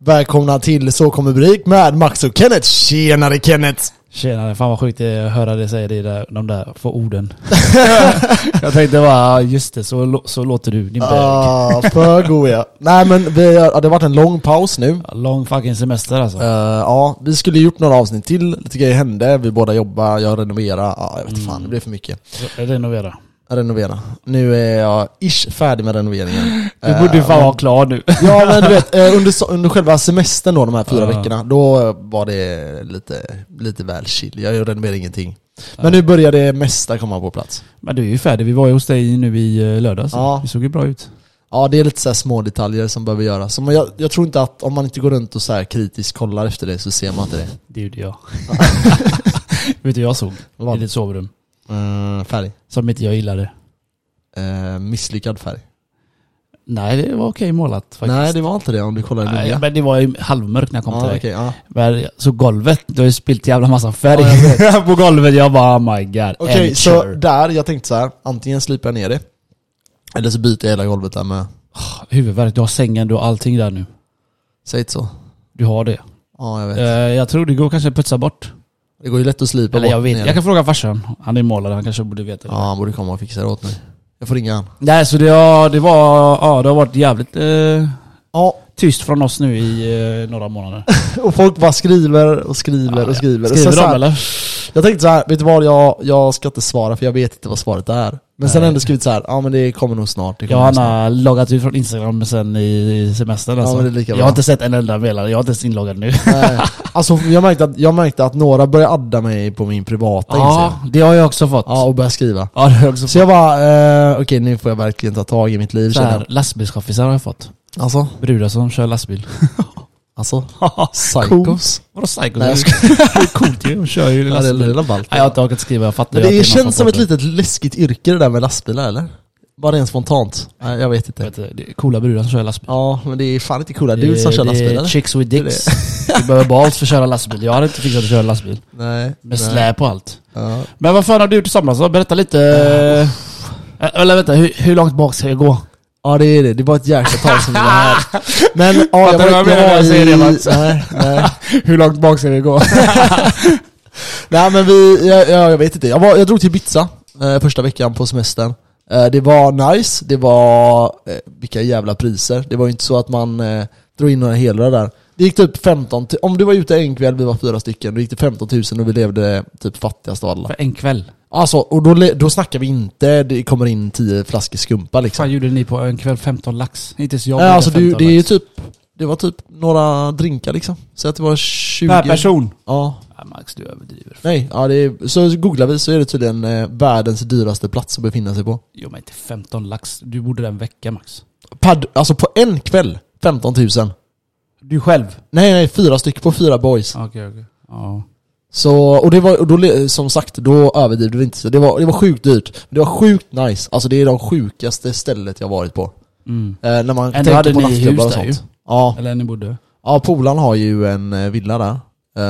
Välkomna till Så kommer Brik med Max och Kenneth. Tjenare Kenneth! Tjenare, fan vad sjukt att höra det säga det där, de där få orden. Jag tänkte bara, just det, så låter du, din bög. För god ja. Nej men det har varit en lång paus nu. Lång fucking semester alltså. Ja, vi skulle gjort några avsnitt till. Lite grejer hände, vi båda jobbar, jag renoverar. Ja, jag vet inte fan, det blev för mycket. Renovera. Nu är jag färdig med renoveringen. Du borde fan vara klar nu. Ja men du vet, under själva semestern då, de här 4 veckorna, då var det lite väl chill. Jag renoverar ingenting. Men nu börjar det mesta komma på plats. Men du är ju färdig, vi var ju hos dig nu i lördags. Ja. Det såg ju bra ut. Ja, det är lite så här små detaljer som behöver göras. Så jag tror inte att om man inte går runt och så här kritiskt kollar efter det så ser man inte det. Det gjorde jag. Vet du jag såg? I ditt sovrum. Färg. Som inte jag gillade. Misslyckad färg. Nej, det var okej målat faktiskt. Nej, det var inte det om du kollar i Nej, noga. men det var ju halvmörkt när jag kom till dig. Okay, ja. Men så golvet, du har ju spilt jävla massa färg på golvet. Jag bara, oh my god. Okej, så där, jag tänkte så här, antingen slipar jag ner det eller så byter jag hela golvet där med. Huvudvärk, du har sängen, du har allting där nu. Säg inte så. Du har det. Ja, jag vet. Jag tror det går kanske att putsa bort. Det går ju lätt att slipa eller bort. Jag vet, jag kan fråga farsan. Han är målare, han kanske borde veta det. Ja, han borde komma och fixa det åt mig. Jag får ringa han. Nej, så det har varit jävligt tyst från oss nu i några månader. Och folk bara skriver. Skriver de eller? Jag tänkte så här, vet du vad, jag ska inte svara för jag vet inte vad svaret är. Men sen ändå skrivit så här, ja men det kommer nog snart. Han har loggat ut från Instagram sen i semestern alltså. Ja, men det är lika bra. Jag har inte sett en enda meddelande, jag har inte ens inloggad nu. Alltså jag märkte att några börjar adda mig på min privata Instagram. Det har jag också fått. Ja, och börjar skriva. Ja, det har jag också fått. Så jag bara, okej, nu får jag verkligen ta tag i mitt liv. Så här, lastbilschaffisar har jag fått. Alltså? Brudar som kör lastbil. Alltså? Psychos? Vadå psychos? Nej, det är coolt ju, de kör ju lastbil. Det är ballt. Jag har inte orkat skriva, jag fattar. Men det känns som ett litet läskigt yrke det där med lastbilar, eller? Bara rent spontant. Nej, jag vet inte. Det är coola brudar som kör lastbil. Ja, men det är fan inte coola dudes som kör lastbil, eller? Det är chicks with dicks. Du behöver balls för att köra lastbil. Jag hade inte fixat att köra lastbil. Nej. Med släp och allt. Ja. Men vad fan har du gjort tillsammans då? Berätta lite. Eller vänta, hur långt bak ska jag gå? Ja, det är det. Det var ett jäkla tag som det var här. Men ja, nej. Hur långt bak ska det gå? Nej, men jag vet inte. Jag drog till Ibiza första veckan på semestern. Det var nice. Det var vilka jävla priser. Det var ju inte så att man drog in några hela där. Det gick typ 15 om du var ute en kväll, vi var 4 stycken, då gick det 15 000 och vi levde typ fattigast av alla. För en kväll? Alltså, och då snackar vi inte, det kommer in 10 flaskor skumpa liksom. Vad gjorde ni på en kväll? 15 lax? Inte så jag. Alltså det är typ, det var typ några drinkar liksom. Så att det var 20 per person? Ja. Max, du överdriver. Nej, ja, så googlar vi så är det tydligen världens dyraste plats att befinna sig på. Jo, men inte 15 lax. Du borde den vecka, Max. Alltså på en kväll 15 000. Du själv? Nej, 4 stycken på 4 boys. Okej. Ja. Så, och det var, och då, som sagt, då överdriver vi inte. Så det var sjukt dyrt. Men det var sjukt nice. Alltså det är de sjukaste stället jag varit på. När man tänker på nattklubbar och sånt. Ja. Eller ni bodde? Ja, Polan har ju en villa där.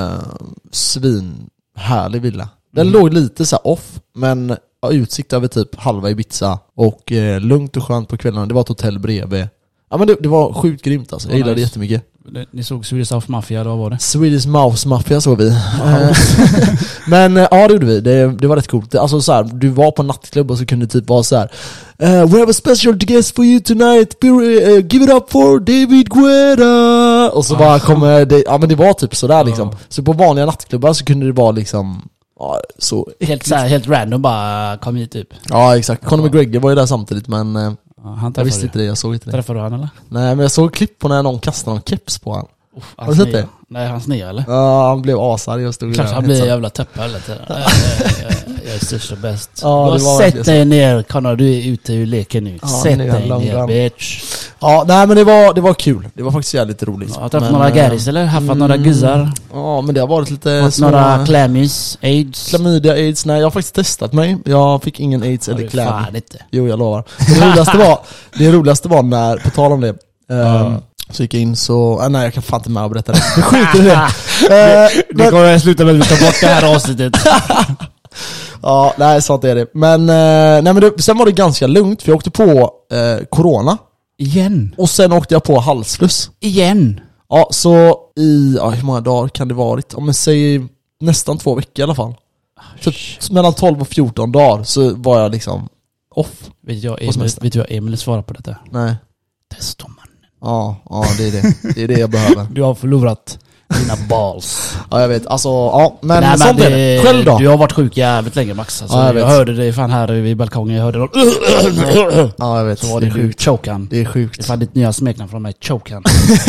Svinhärlig villa. Den låg lite så här off, men utsikt över typ halva Ibiza. Och lugnt och skönt på kvällarna. Det var ett hotell bredvid. Ja, men det var sjukt grymt alltså. Jag gillade det jättemycket. Ni såg Swedish House Mafia, då var det? Swedish Mouse Mafia såg vi. Men ja, det gjorde vi. Det var rätt coolt. Alltså så här, du var på en nattklubb och så kunde det typ vara så här: we have a special guest for you tonight. Give it up for David Guetta. Och så bara kommer det, ja men det var typ sådär liksom. Så på vanliga nattklubbar så kunde det vara liksom så helt random bara kom hit typ. Ja, exakt. Conor McGregor var ju där samtidigt, men jag visste inte det, jag såg inte det. Träffade du han eller? Nej, men jag såg klipp på när någon kastade någon keps på han. Har du sett det? Nej, han sned eller? Ja, han blev asarg och stod där. Kanske han blev jävla töppa eller jag är störst och bäst. Ja, sätt dig ner, Conor, du är ute ur leken nu. Sätt dig ner, bitch. Ja, nej men det var kul. Det var faktiskt jävligt roligt. Har träffat några gäris eller? Haffat några guzzar? Ja, men det har varit lite några klamys, aids? Klamydia, aids, nej jag har faktiskt testat mig. Jag fick ingen aids eller klam. Fan inte. Jo, jag lovar. Det roligaste var när, på tal om det, så gick jag in så... nej, jag kan fan inte med att berätta det. Det skiter i det. Det kommer att sluta med att vi tar bort det här avsnittet. Ja, nej, så att det är det. Men, sen var det ganska lugnt, för jag åkte på corona. Igen? Och sen åkte jag på halsfluss. Igen? Ja, så i, hur många dagar kan det varit? Om man säger nästan 2 veckor i alla fall. Typ mellan 12 och 14 dagar så var jag liksom off. Vet du vad Emil svarar på detta? Nej. Testomannen. Ja, det är det. Det är det jag behöver. Du har förlorat dina balls. Ja, jag vet. Alltså, ja, men Nej, sånt är det. Själv då? Du har varit sjuk jävligt länge, Max. Alltså, Ja, jag hörde dig fan här vid balkongen. Jag hörde någon... Ja, jag vet. Så var det du, Chokan. Det är sjukt. Det är fan ditt nya smeknamn från mig, Chokan.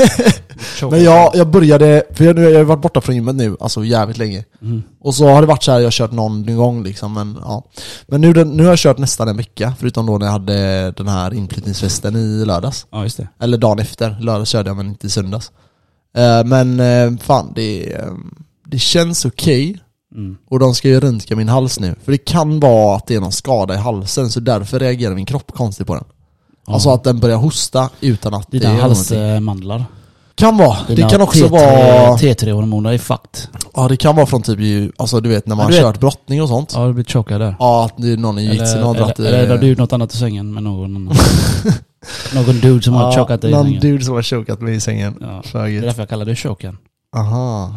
Men jag började, för jag har varit borta från gymmet nu, alltså jävligt länge. Och så har det varit så här, jag har kört någon gång liksom, men ja. Men nu har jag kört nästan en vecka, förutom då när jag hade den här inflyttningsfesten i lördags. Ja, just det. Eller dagen efter, lördags körde jag men inte i söndags. Men fan, det känns okej. Och de ska ju röntga min hals nu. För det kan vara att det är någon skada i halsen, så därför reagerar min kropp konstigt på den. Alltså att den börjar hosta utan att dina halsmandlar. Kan vara. Det kan också vara T3-hormoner i fakt. Ja, det kan vara från typ, alltså du vet när man har kört brottning och sånt. Ja, du blir chokad där. Ja, att det är någon i jitsen har dratt. Eller har du gjort något annat i sängen med någon någon dude som har chokat dig i sängen. Någon dude som har chokat mig i sängen. Ja. Det är därför jag kallar det choken. Aha.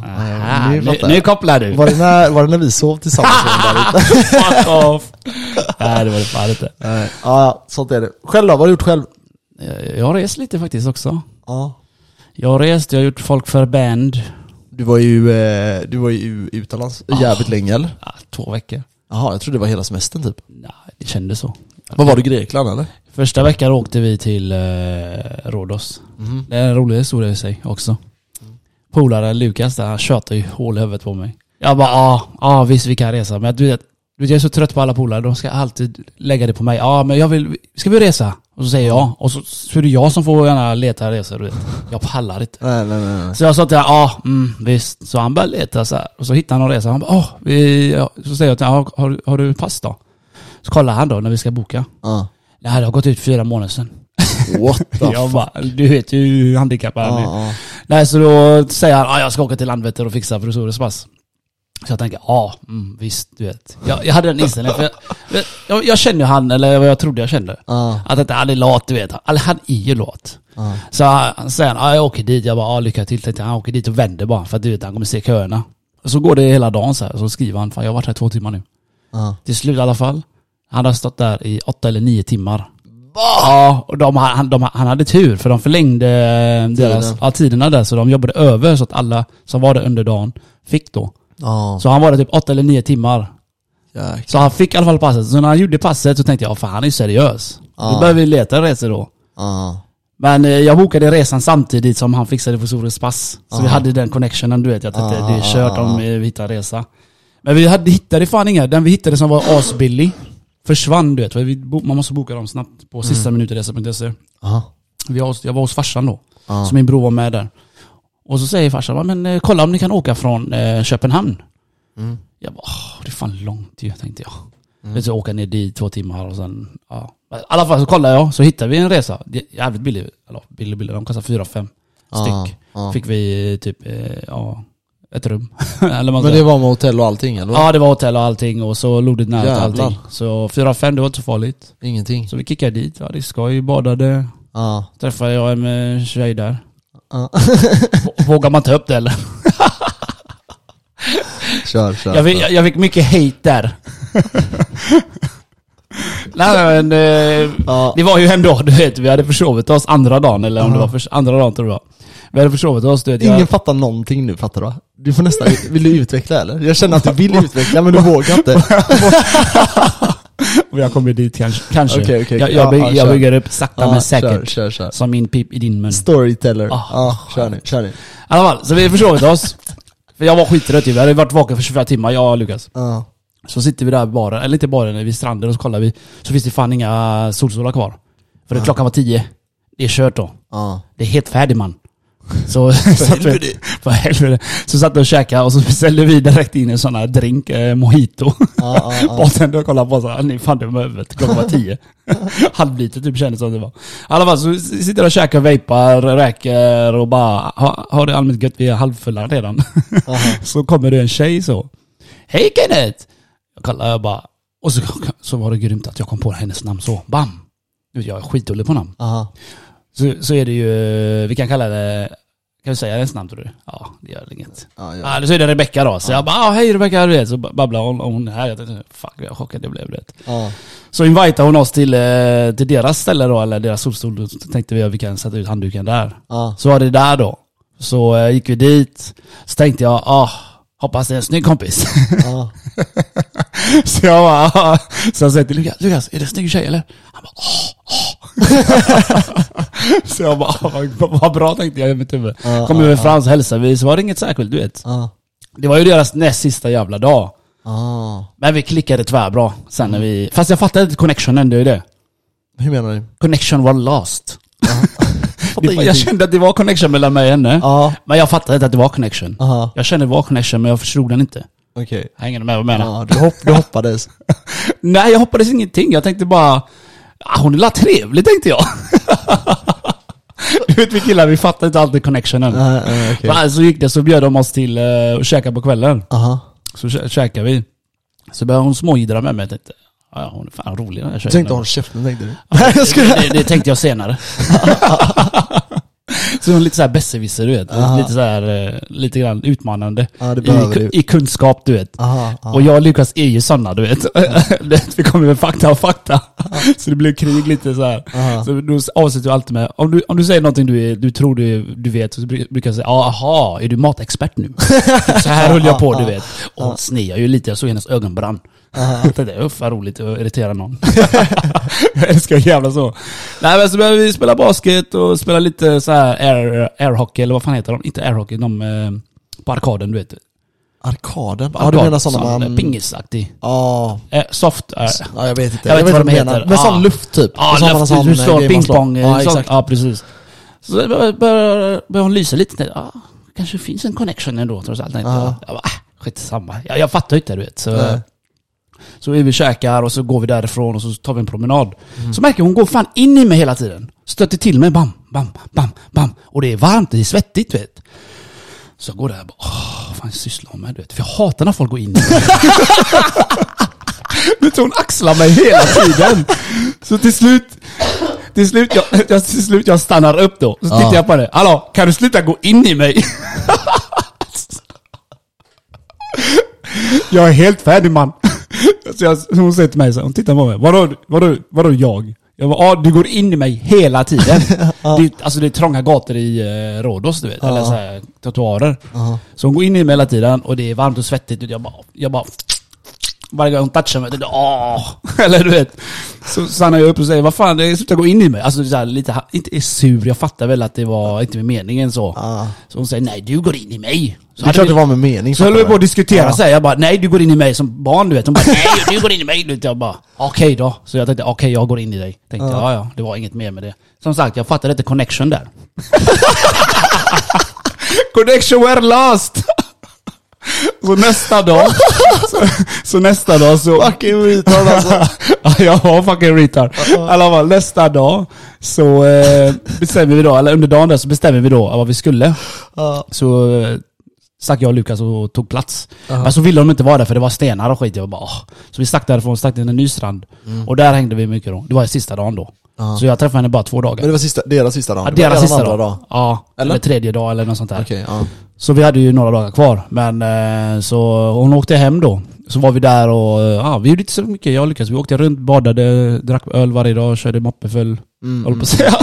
Nu kopplar du. Var det när vi sov tillsammans där ute? Fuck off. Nej, det var det fan inte. Ja, sånt är det. Själv då? Vad har du gjort själv? Jag har rest lite faktiskt också. Ja. Jag har gjort folk för band. Du var ju utomlands jävligt länge, eller? Ja, 2 veckor. Jaha, jag trodde det var hela semestern typ. Nej, det kändes så. Vad var det, Grekland eller? Första veckan åkte vi till Rhodos. Det är en rolig historia i sig också. Polaren Lukas där, han tjötade ju hål i huvudet på mig. Jag bara, visst vi kan resa. Men du vet, jag är så trött på alla polare. De ska alltid lägga det på mig. Ja, men ska vi resa? Och så säger jag. Och så är det jag som får gärna leta resor, du vet. Jag pallar inte. Nej. Så jag sa till honom, visst. Så han började leta så här. Och så hittade han någon resa. Han bara, så säger jag till honom, har du pass då? Så kollar han då när vi ska boka. Det här har gått ut 4 månader sedan. What the jag bara, du vet ju hur handikappad han är. Nej, så då säger han, jag ska åka till Landvetter och fixa provisorisk pass. Så jag tänker, visst, du vet. Jag hade den inställningen, för jag känner ju han, eller vad jag trodde jag kände. Att han är lat, du vet. Eller han är ju lat. Så han säger, jag åker dit. Jag bara, lycka till. Tänkte, han åker dit och vänder bara, för att du vet, han kommer se köerna. Och så går det hela dagen så här. Så skriver han, fan jag har varit här 2 timmar nu. Till slut i alla fall. Han har stått där i 8 eller 9 timmar. Ja, och han hade tur, för de förlängde deras tiderna där, så de jobbade över så att alla som var där under dagen fick då. Så han var där typ 8 eller 9 timmar. Jäklar. Så han fick i alla fall passet. Så när han gjorde passet så tänkte jag, fan han är seriös. Då började vi leta resor då. Men jag bokade resan samtidigt som han fixade provisorisk pass. Så vi hade den connectionen, du vet. Jag tänkte, det är kört om vi hittar resa. Men vi hittade fan inga. Den vi hittade som var asbillig försvann, du vet. Man måste boka dem snabbt på sista minuterresa.se. Jag var hos farsan då. Så min bror var med där. Och så säger farsan, men kolla om ni kan åka från Köpenhamn. Jag bara, det är fan långt ju, tänkte jag. Så åka ner dit 2 timmar och sen, I alla fall så kollar jag, så hittar vi en resa. Det är jävligt billig, eller billig, de kostar 4-5 styck. Fick vi typ, ett rum. Eller men det var med hotell och allting, eller? Ja, det var hotell och allting, och så låg det nära och allting. Så 4-5, det var inte så farligt. Ingenting. Så vi kickade dit, det är skoj, badade. Träffade jag en tjej där. Vågar man ta upp det eller? Kör. Jag fick mycket hate där. Nej, men det var ju ändå, du vet, vi hade försovit oss andra dagen, eller om det var andra dagen tror jag. Vi hade försovit oss, du vet. Ingen fattar någonting nu, fattar du? Du får nästan, vill du utveckla eller? Jag känner att du vill utveckla, men du vågar inte. Och jag kommer dit kanske. Okay. Jag bygger upp sakta men säkert. Kör. Som min pip i din mun. Storyteller. Kör nu. I alla fall, så vi försovit oss. För jag var skittrött ju. Vi hade varit vaken för 24 timmar, jag och Lukas. Så sitter vi där i baren, eller inte baren, vid stranden, och så kollar vi. Så finns det fan inga solstolar kvar. För klockan var 10. Det är kört då. Det är helt färdig, man. Så satt vi och käkade, och så beställde vi direkt in en sån här drink, mojito. Och sen då kollade på så här, fan det var över. Klockan var 10. Halvlite typ kändes som det var. I alla fall så sitter och käkar, vejpar, räker och bara har det allmänt gött, vi är halvfulla redan. Så kommer det en tjej så. Hej Kenneth! Jag kollar, jag bara, och så var det grymt att jag kom på hennes namn så. Bam! Jag är skitdålig på namn. Så är det ju, vi kan kalla det Kan vi säga hennes namn, tror du? Ja, det gör inget. Ja. Så är det Rebecca då. Så jag bara, hej Rebecca, du vet. Så babblar hon här. Jag tänkte, fuck, jag chockad det blev, du vet. Ja. Så invitade hon oss till deras ställe då, eller deras solstol. Då tänkte vi att vi kan sätta ut handduken där. Ja. Så var det där då. Så gick vi dit. Så tänkte jag, hoppas det är en snygg kompis. Ja. Så jag bara, så jag sa till Lukas, är det en snygg tjej eller? Han bara, Så jag bara, vad bra, tänkte jag i mitt huvud. Kom över fram, så hälsade vi, så var det inget särskilt, du vet. Det var ju deras näst sista jävla dag. Men vi klickade tvärbra sen när vi, fast jag fattade inte connectionen, det är det. Hur menar du? Connection var lost. Jag kände att det var connection mellan mig och henne. Men jag fattade inte att det var connection. Jag kände att det var connection, men jag förstod den inte. Okej. Hänger du med vad jag menar? Du hoppades. Nej, jag hoppades ingenting. Jag tänkte bara, hon är la trevlig, tänkte jag. Du vet, vi killar, vi fattar inte alltid connectionen. Okay. Så gick det, så bjöd de oss till att käka på kvällen. Så käkade vi. Så började hon smågidra med mig. Jag tänkte, hon är fan rolig. Jag tänkte hon käften, tänkte du? Det tänkte jag senare. Så hon lite så här besserwisser, du vet. Lite så här, lite grann utmanande i kunskap, du vet. Och jag och Lukas är ju sådana, du vet. Vi kommer med fakta. Så det blev krig lite så här. Så då avslutar jag alltid med, om du säger någonting du tror du vet, så brukar jag säga, är du matexpert nu? Så här höll jag på, du vet. Och hon snear ju lite, jag såg hennes ögon brann. Det är för roligt att irritera någon. Jag älskar jävla så. Nej, men så började vi spela basket och spela lite så här airhockey, eller vad fan heter de? Inte airhockey, de på arkaden, du vet. Arkaden? Ja, du menar sådana man... Pingisaktig. Soft. Ja, jag vet inte. Jag vet vad de heter. Men sån luft typ. Ja, luft. Du slår pingpong. Ja, precis. Så började hon lysa lite. Kanske finns en connection ändå, trots allt. Jag bara, skitsamma. Jag fattar inte, du vet. Så är vi käkar och så går vi därifrån och så tar vi en promenad. Så märker hon går fan in i mig hela tiden. Stöter till mig, bam, bam, bam, bam. Och det är varmt, det är svettigt, vet. Så jag går där och bara, vad fan sysslar hon med, du vet. För jag hatar när folk går in i mig. Vet du, hon axlar mig hela tiden. Så till slut jag stannar upp då. Så tittar jag på det. Hallå, kan du sluta gå in i mig? Jag är helt färdig, man. Så hon säger till mig så, hon tittar på mig. Vadå jag? Jag bara, du går in i mig hela tiden. Det är trånga gator i Rhodos, du vet. Eller så här, trottoarer. Så hon går in i mig hela tiden och det är varmt och svettigt. Jag bara varje gång hon touchar mig, eller du vet. Så stannar jag upp och säger, vad fan, det slutar gå in i mig. Alltså så här, lite, inte är sur, jag fattar väl att det var inte med meningen så. Så hon säger, nej, du går in i mig. Så det det var med mening. Så höll vi på att diskutera, så jag bara, nej, du går in i mig som barn, du vet. Hon bara, nej, du går in i mig. Jag bara, okej då. Så jag tänkte, okej, jag går in i dig. Tänkte, ja, det var inget mer med det. Som sagt, jag fattade inte connection där. Connection were lost. Så nästa dag så fucking retard alltså. Ja, jag var fucking retard. Alla var nästa dag så bestämmer vi då, eller under dagen där så bestämmer vi då vad vi skulle. Så stack jag och Lukas och tog plats. Men så ville de inte vara där för det var stenar och skit. Jag bara, Så vi stack därifrån, stack till en ny strand. Och där hängde vi mycket då. Det var sista dagen då. Så jag träffade henne bara 2 dagar. Men det var deras sista dag? Ja, deras sista dag. Ja, eller 3:e dag eller något sånt där. Okay, Så vi hade ju några dagar kvar. Men så hon åkte hem då. Så var vi där och vi gjorde inte så mycket. Jag lyckades. Vi åkte runt, badade, drack öl varje dag, körde moppefull. Höll på att säga.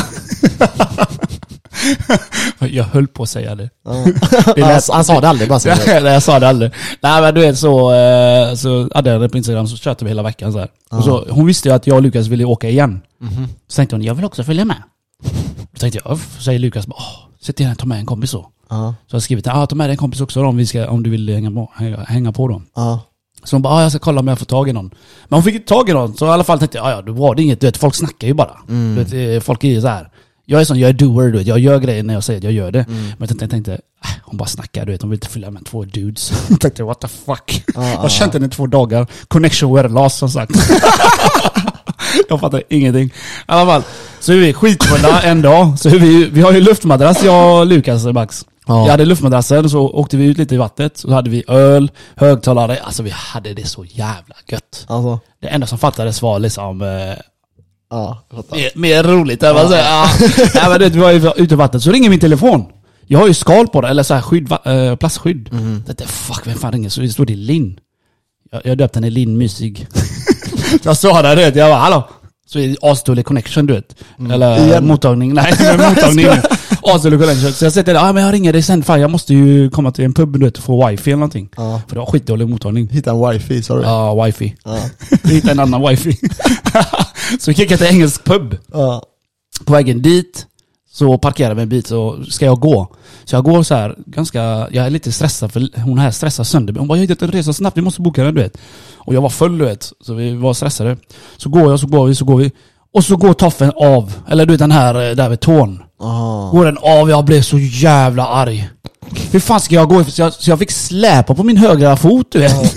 Jag höll på att säga det. Han sa det aldrig bara. Nej, jag sa det aldrig. Nej, men du vet så hade jag det på Instagram, så tjötade vi hela veckan så här. Och så, hon visste ju att jag och Lukas ville åka igen. Så tänkte hon, jag vill också följa med. Då tänkte jag, säger Lukas, se till att ta med en kompis så. Så jag skrivit, ta med dig en kompis också då, om du vill hänga på dem. Så hon bara, jag ska kolla om jag får tag i någon. Men hon fick inte tag i någon, så i alla fall tänkte jag, då var det inget, du vet, folk snackar ju bara. Du vet, folk är ju så här. Jag är doer, du vet. Jag gör grejer när jag säger att jag gör det. Men jag tänkte, hon bara snackar, du vet. Hon vill inte följa med 2 dudes. Jag tänkte, what the fuck? Jag har känt henne i 2 dagar. Connection were lost, som sagt. Jag fattar ingenting. I alla fall, så är vi skitfulla en dag. Så vi har ju luftmadrass, jag och Lukas och Max. Jag hade luftmadrassen, så åkte vi ut lite i vattnet. Så hade vi öl, högtalare. Alltså vi hade det så jävla gött. Det enda som fattades var liksom... mer roligt än man säger. Nej, men vi var ute i vattnet, så ringer min telefon. Jag har ju skal på det, eller så här skydd, plastskydd. Det är fuck, vem fan ringer? Så det står det Linn. Jag döpte henne Linn Mysig. Jag sa det, du vet. Jag bara, hallå. Så är det asdålig connection, du vet. Eller mottagning. Nej, mottagning. Asdålig connection. Så jag säger det, men jag ringer dig sen. Fan, jag måste ju komma till en pub, du vet, och få wifi eller någonting. För det var skitdålig mottagning. Hitta en wifi, sa du? Ja, wifi. Hitta en annan wifi. Så jag gick till engelsk pub. På vägen dit så parkerar vi en bit, så ska jag gå. Så jag går så här ganska, jag är lite stressad för hon här stressar sönder. Hon bara, jag har hittat en resa snabbt, vi måste boka den, du vet. Och jag var full, du vet, så vi var stressade. Så går vi. Och så går toffen av, eller du vet den här där vid tån. Går den av, jag blev så jävla arg. Hur fan ska jag gå? Så jag fick släpa på min högra fot, du vet.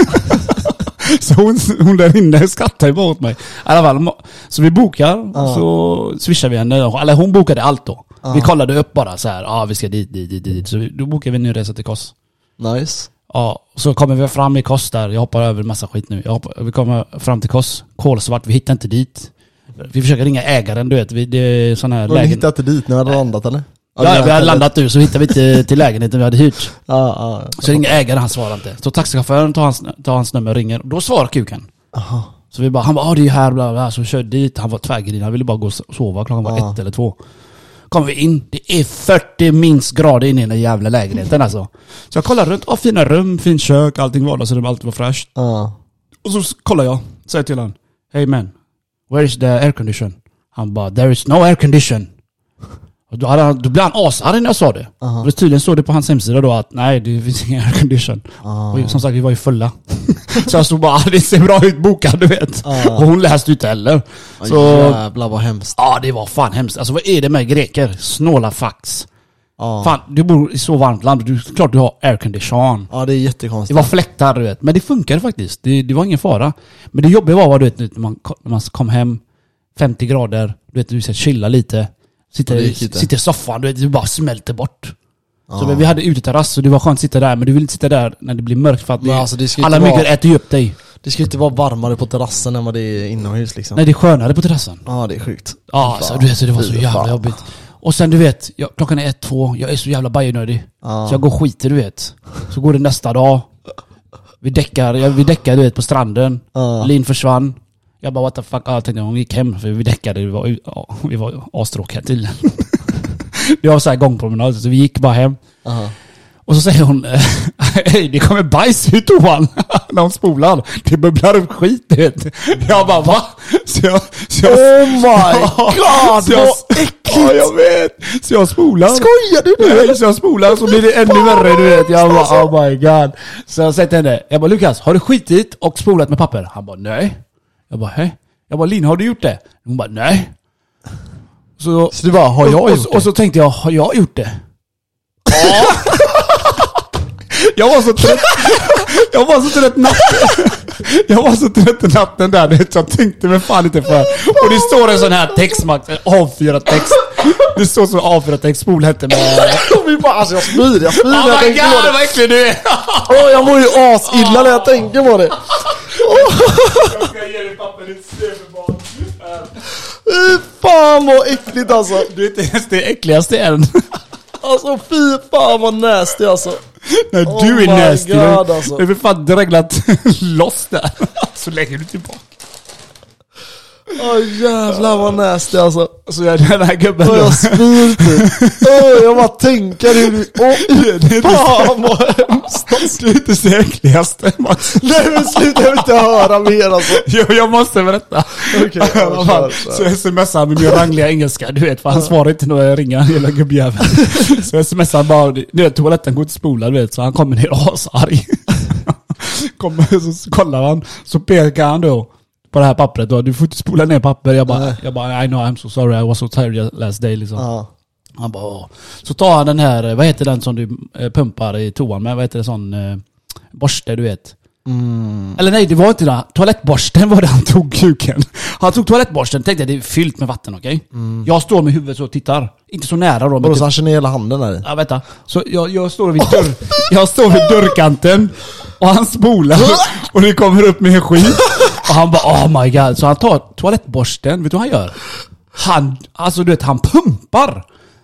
Så hon där inne skrattar ju bara åt mig. I alla fall, så vi bokar, så swishar vi henne. Eller hon bokade allt då. Vi kollade upp bara så här, vi ska dit. Så då bokar vi en ny resa till Kos. Nice. Ja, så kommer vi fram i Kos där. Jag hoppar över en massa skit nu. Vi kommer fram till Kos. Kolsvart, vi hittar inte dit. Vi försöker ringa ägaren, du vet. Det är sån här lägenhet. Ni hittade inte dit när vi hade landat, eller? Ja, vi hade landat nu, så hittade vi inte till lägenheten vi hade hyrt. Så ringer ägaren, han svarar inte. Så taxichauffören tar hans nummer och ringer. Då svarar kuken. Så vi bara, han bara, det är här, bla bla. Så körde dit, han var tvärgrin. Han ville bara gå och sova, klockan var 1 eller 2. Kommer vi in, det är 40 minst grader in i den jävla lägenheten alltså. Så jag kollar runt, fina rum, fint kök, allting vardagsrum, allt var fräscht. Och så kollar jag, säger till honom, hey man, where is the air condition? Han bara, there is no air condition. Och då blev han asarg när jag sa det. Och tydligen stod det på hans hemsida då att nej, det finns ingen air condition. Och som sagt, vi var ju fulla. Så jag stod bara, det ser bra ut bokad, du vet. Och hon läste ut heller. Så jävlar vad hemskt. Ja, det var fan hemskt. Alltså vad är det med greker? Snåla fax. Fan, du bor i så varmt land. Klart du har air condition. Ja, det är jättekonstigt. Det var fläktar, du vet. Men det funkade faktiskt. Det var ingen fara. Men det jobbiga var, du vet, när man kom hem 50 grader. Du vet, du ska chilla lite. Sitter i soffan, du vet, du bara smälter bort. Så vi hade uteterrass och det var skönt att sitta där. Men du vill inte sitta där när det blir mörkt för att alla myggor äter ju upp dig. Det ska ju inte vara varmare på terrassen än vad det är inomhus liksom. Nej, det är skönare på terrassen. Ja, det är sjukt. Ja, så du vet, så det var så jävla jobbigt. Och sen du vet, klockan är 1-2, jag är så jävla bajernödig. Så jag går och skiter, du vet. Så går det nästa dag. Vi däckar du vet, på stranden. Lin försvann. Jag bara, what the fuck? Jag tänkte hon gick hem för vi däckade. Vi var astråkiga till. Det var så här gångpromenad, så vi gick bara hem. Och så säger hon, hej, det kommer bajs ut toan när hon spolar. Det bubblar upp skit, vet. Jag bara, va? Oh my god, vad äckligt! Ja, jag vet. Så jag spolar. Skojar du nu? Nej, så jag spolar så blir det ännu värre, du vet. Jag bara, oh my god. Så jag säger till henne, jag bara, Lukas, har du skitit och spolat med papper? Han bara, nej. Jag bara, hej. Jag bara, Lin, har du gjort det? Hon bara, nej. Så du bara, har jag gjort det? Och så tänkte jag, har jag gjort det? Ja. Jag var så trött natten där, så jag tänkte mig fan inte för. Och det står en sån här textmakt, A4-text. Det står så A4-text, spolhätte med. Vi bara, alltså jag spyr när jag tänker på det. Vad äcklig du är. Jag mår ju asilla när jag tänker på det. Jag ska ge dig papper, ditt severbarn. Fan vad äckligt alltså. Du är inte ens det äckligaste än. Alltså fy fan vad nasty alltså. Nej, du är nasty. Alltså. Det är för fan dreglat loss där. Så lägger du tillbaka. Jävlar vad nasty alltså. Så jag den här gubben då. Jag spyr typ. Jag bara tänker hur fan vad hemskt. Du är inte så äckligaste, Max. Nej men sluta, jag vill inte höra mer alltså. Jo, jag måste berätta. Okej, så smsar med min rangliga engelska, du vet, för han svarar inte när jag ringer, hela gubbjäveln. Så smsar bara, du vet, toaletten går till spola, du vet, så han kommer ner asarg. Så kollar han, så pekar han då på det här pappret då. Du får inte spola ner papper. Jag bara I know, I'm so sorry, I was so tired last day liksom. Han bara, åh. Så tar han den här, vad heter den som du pumpar i toan med? Vad heter det, sån borste, du vet? Eller nej, det var inte det. Toalettborsten var det han tog, kuken. Han tog toalettborsten, tänkte det är fyllt med vatten, okej? Jag står med huvudet så och tittar. Inte så nära då. Och så han känner hela handen där. Ja, vänta. Så jag står vid dörrkanten och han spolar och det kommer upp med skit. Och han bara, oh my god. Så han tar toalettborsten, vet du vad han gör? Alltså du vet, han pumpar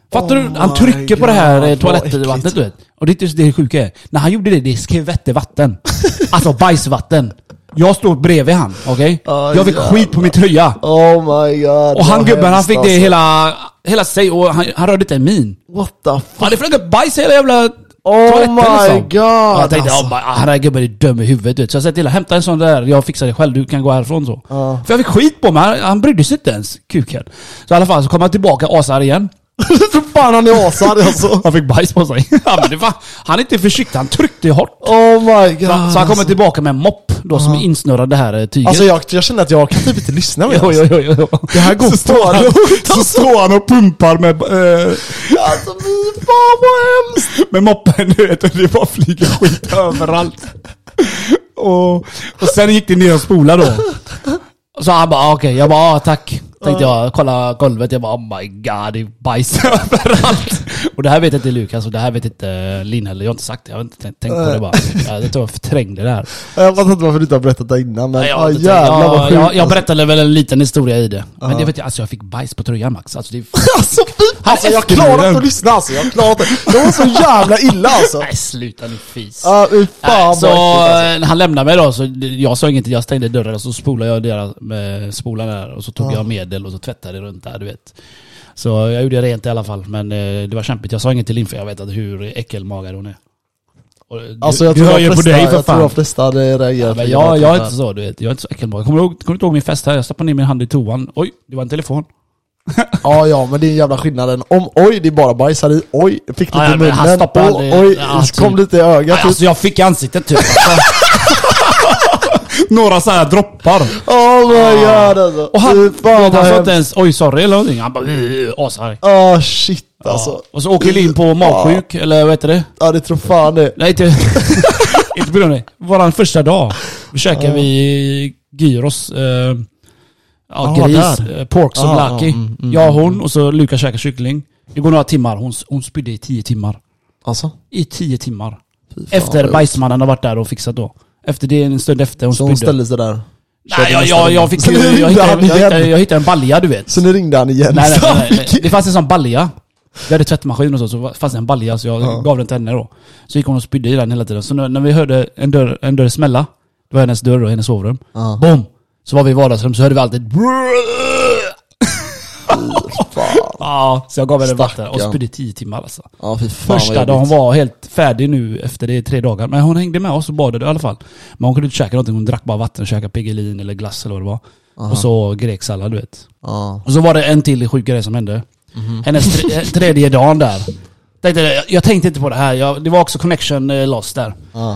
Fattar du? Han trycker på det här toalettvattnet, du vet. Och det är inte det sjuka är. När han gjorde det skvätte vatten. Alltså bajsvatten. Jag står bredvid han, okej? Jag fick skit på min tröja. Oh my god. Och han gubben, han fick det hela sig och han rörde inte en min. What the fuck? Han hade flugit bajs hela jävla Oh my god. Jag tänkte, han här gubben är dum i huvudet, vet. Så jag sa till, hämta en sån där, jag fixar det själv, du kan gå härifrån så. För jag fick skit på mig, han brydde sig inte ens, kuken. Så i alla fall så kom han tillbaka, asar igen. Så fan han är asar alltså. Han fick bajs på sig. Ja, men det var, han är inte försiktig, han tryckte hårt. Oh my god. Så han kommer tillbaka med en mopp då som är insnurrad det här tyget. Alltså jag känner att jag kan typ inte lyssna med. Jo. Det här går så står han och pumpar med alltså fy fan vad hemskt. med moppen, du vet, och det bara flyger skit överallt. Och sen gick det ner och spola då. Så han bara okej, jag bara tack. Tänkte jag, kolla golvet, jag bara oh my god, det är bajs överallt. Och det här vet inte Lukas och det här vet inte Linn heller. Jag har inte sagt det, jag har inte tänkt på det bara. Jag tror jag förträngde det här. Jag vet inte varför du inte har berättat det innan, men jag berättade väl en liten historia i det. Men det vet jag, alltså jag fick bajs på tröjan Max. Alltså det alltså jag klarar inte att lyssna alltså, jag klarar inte. Det var så jävla illa alltså. Nej, sluta nu fis. Fan så när han lämnade mig då, så jag sa ingenting, jag stängde dörren och så spolade jag deras med spolan där och så tog jag medel och så tvättade runt där, du vet. Så jag gjorde rent i alla fall, men det var kämpigt. Jag sa inget till Linn för jag vet att hur äckelmagad hon är. Och alltså jag tror jag på dig för fan. Jag tror de flesta hade reagerat. Men jag är inte så, du vet. Jag är inte så äckelmagad. Kommer du inte ihåg min fest här? Jag stoppade ner min hand i toan. Oj, det var en telefon. Ja, men det är en jävla skillnaden. Om oj, det är bara bajs här i. Oj, fick lite i munnen. Oj, kom lite i ögat. Alltså jag fick i ansiktet typ. Några så här droppar. Oh my god alltså. Och han sa inte ens oj sorry eller någonting. Han bara asar. Shit alltså. Och så åker Linn på magsjuk eller vad heter det? Ja, det tror fan det. Nej, inte inte på det. Våran första dag. Vi käkade vi gyros gris, pork som lucky. Jag och hon och så Lukas käkade kyckling. Det går några timmar. Hon spydde i 10 timmar. Alltså? I 10 timmar. Efter bajsmannen har varit där och fixat då. Efter det en stund efter hon spydde. Så hon ställde sig där. Nej, jag hittade en balja, du vet. Så nu ringde han igen. Nej. Det fanns en sån balja. Vi hade tvättmaskin och så fanns det en balja, så jag gav den till henne då. Så gick hon och spydde i den hela tiden. Så när vi hörde en dörr smälla, det var hennes dörr och hennes sovrum. Boom! Så var vi i vardagsrum så hörde vi alltid ja, så jag gav henne vatten och spydde 10 timmar alltså. Ja, fy fan. Första dagen hon var helt färdig nu efter det 3 dagar. Men hon hängde med oss och badade i alla fall. Men hon kunde inte käka någonting. Hon drack bara vatten och käkade Piggelin eller glass eller vad det var. Och så greksallad, du vet. Och så var det en till sjuk grej som hände. Hennes tredje dagen där. Jag tänkte inte på det här. Det var också connection lost där.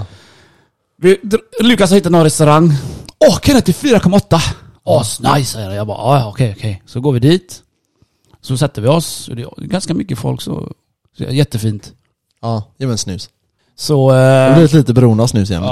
Lukas har hittat någon restaurang. Kenneth till 4,8. Nice, säger jag bara. Okej. Så går vi dit. Så sätter vi oss. Det är ganska mycket folk så jättefint. Ja, det var en snus. Så det blir lite beroende av snus igen.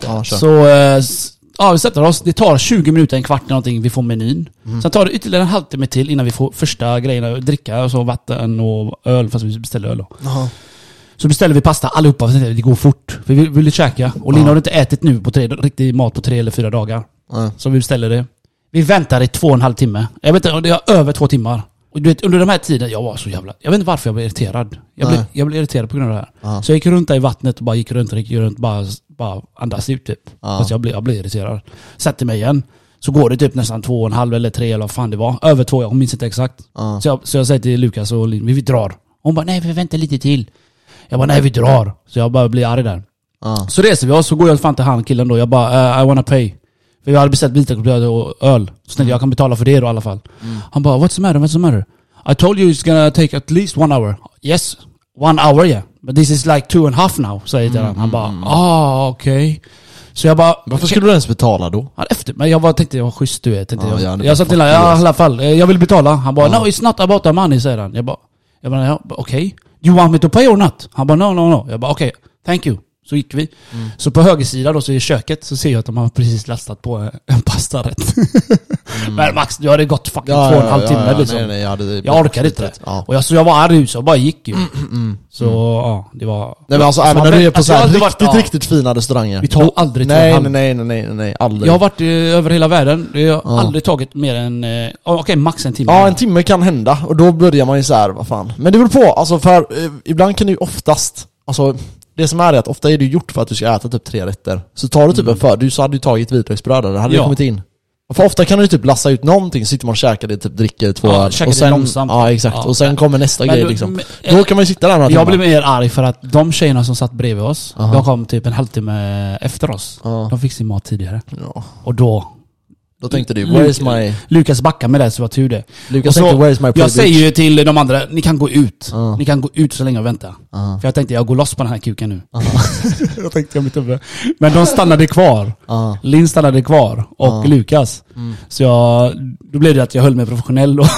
Vi sätter oss. Det tar 20 minuter, en kvart någonting. Vi får menyn. Sen tar det ytterligare en halvtimme till innan vi får första grejerna. Dricka och så vatten och öl, fast vi beställer öl då. Så beställer vi pasta allihopa. Det går fort. För vi vill käka. Och Lina har inte ätit nu på riktig mat på 3 eller 4 dagar. Så vi beställer det. Vi väntar i 2,5 timme. Jag vet inte, det är över 2 timmar. Och du vet, under de här tiden, jag var så jävla... Jag vet inte varför jag blev irriterad. Jag blev irriterad på grund av det här. Så jag gick runt där i vattnet och bara gick runt bara andas ut typ. Fast jag blev irriterad. Sätter mig igen. Så går det typ nästan 2,5 eller 3 eller vad fan det var. Över 2, jag minns inte exakt. Så jag säger till Lukas och Linn, vi drar. Hon bara, nej vi väntar lite till. Jag bara, nej vi drar. Så jag bara blir arg där. Så reser vi oss, så går jag fan till han killen då. Jag bara, I wanna pay. För jag hade beställt vitakopiator och öl. Så tänkte jag kan betala för det då i alla fall. Han bara, what's the matter? I told you it's gonna take at least 1 hour. Yes, 1 hour yeah. But this is like 2.5 now, säger han. Han bara, okej. Så jag bara... Varför skulle du ens betala då? Efter, men jag tänkte jag var schysst, du vet. Jag sa till honom, i alla fall, jag vill betala. Han bara, no it's not about the money, säger han. Jag bara okej. You want me to pay or not? Han bara, no. Jag bara, okej, thank you. Så gick vi. Så på högersidan då, så i köket, så ser jag att de har precis lastat på en pastarätt. Men Max, jag hade gått fucking 2,5 timmar liksom. Nej, jag orkade inte. Ja. Och jag var arg så jag bara gick ju. Så ja, det var... Nej men alltså även när du är på så här riktigt fina restauranger. Vi tar aldrig Nej, aldrig. Jag har varit över hela världen. Jag har aldrig tagit mer än okej, max en timme. Ja, en timme kan hända. Och då börjar man ju så här, vad fan. Men det beror på, alltså för ibland kan du oftast, alltså det som är att ofta är det gjort för att du ska äta typ 3 rätter. Så tar du typ en för, du så hade du tagit vitlöksbröd eller hade det kommit in. För ofta kan du typ lassa ut någonting, sitter man och käkar det, typ dricker 2 öl. Och sen långsamt. Ja, exakt. Och sen kommer nästa grej liksom. Då kan man ju sitta där Jag blev mer arg för att de tjejerna som satt bredvid oss, de kom typ en halvtimme efter oss. De fick sin mat tidigare. Ja. Och då tänkte du, where is my... Lukas backar med det, så var tur det. Lukas tänkte, where is my jag säger ju till de andra, ni kan gå ut. Ni kan gå ut så länge och vänta. För jag tänkte, jag går loss på den här kuken nu. Jag tänkte jag mitt uppe. Men de stannade kvar. Linn stannade kvar. Och Lukas. Så då blev det att jag höll mig professionell då.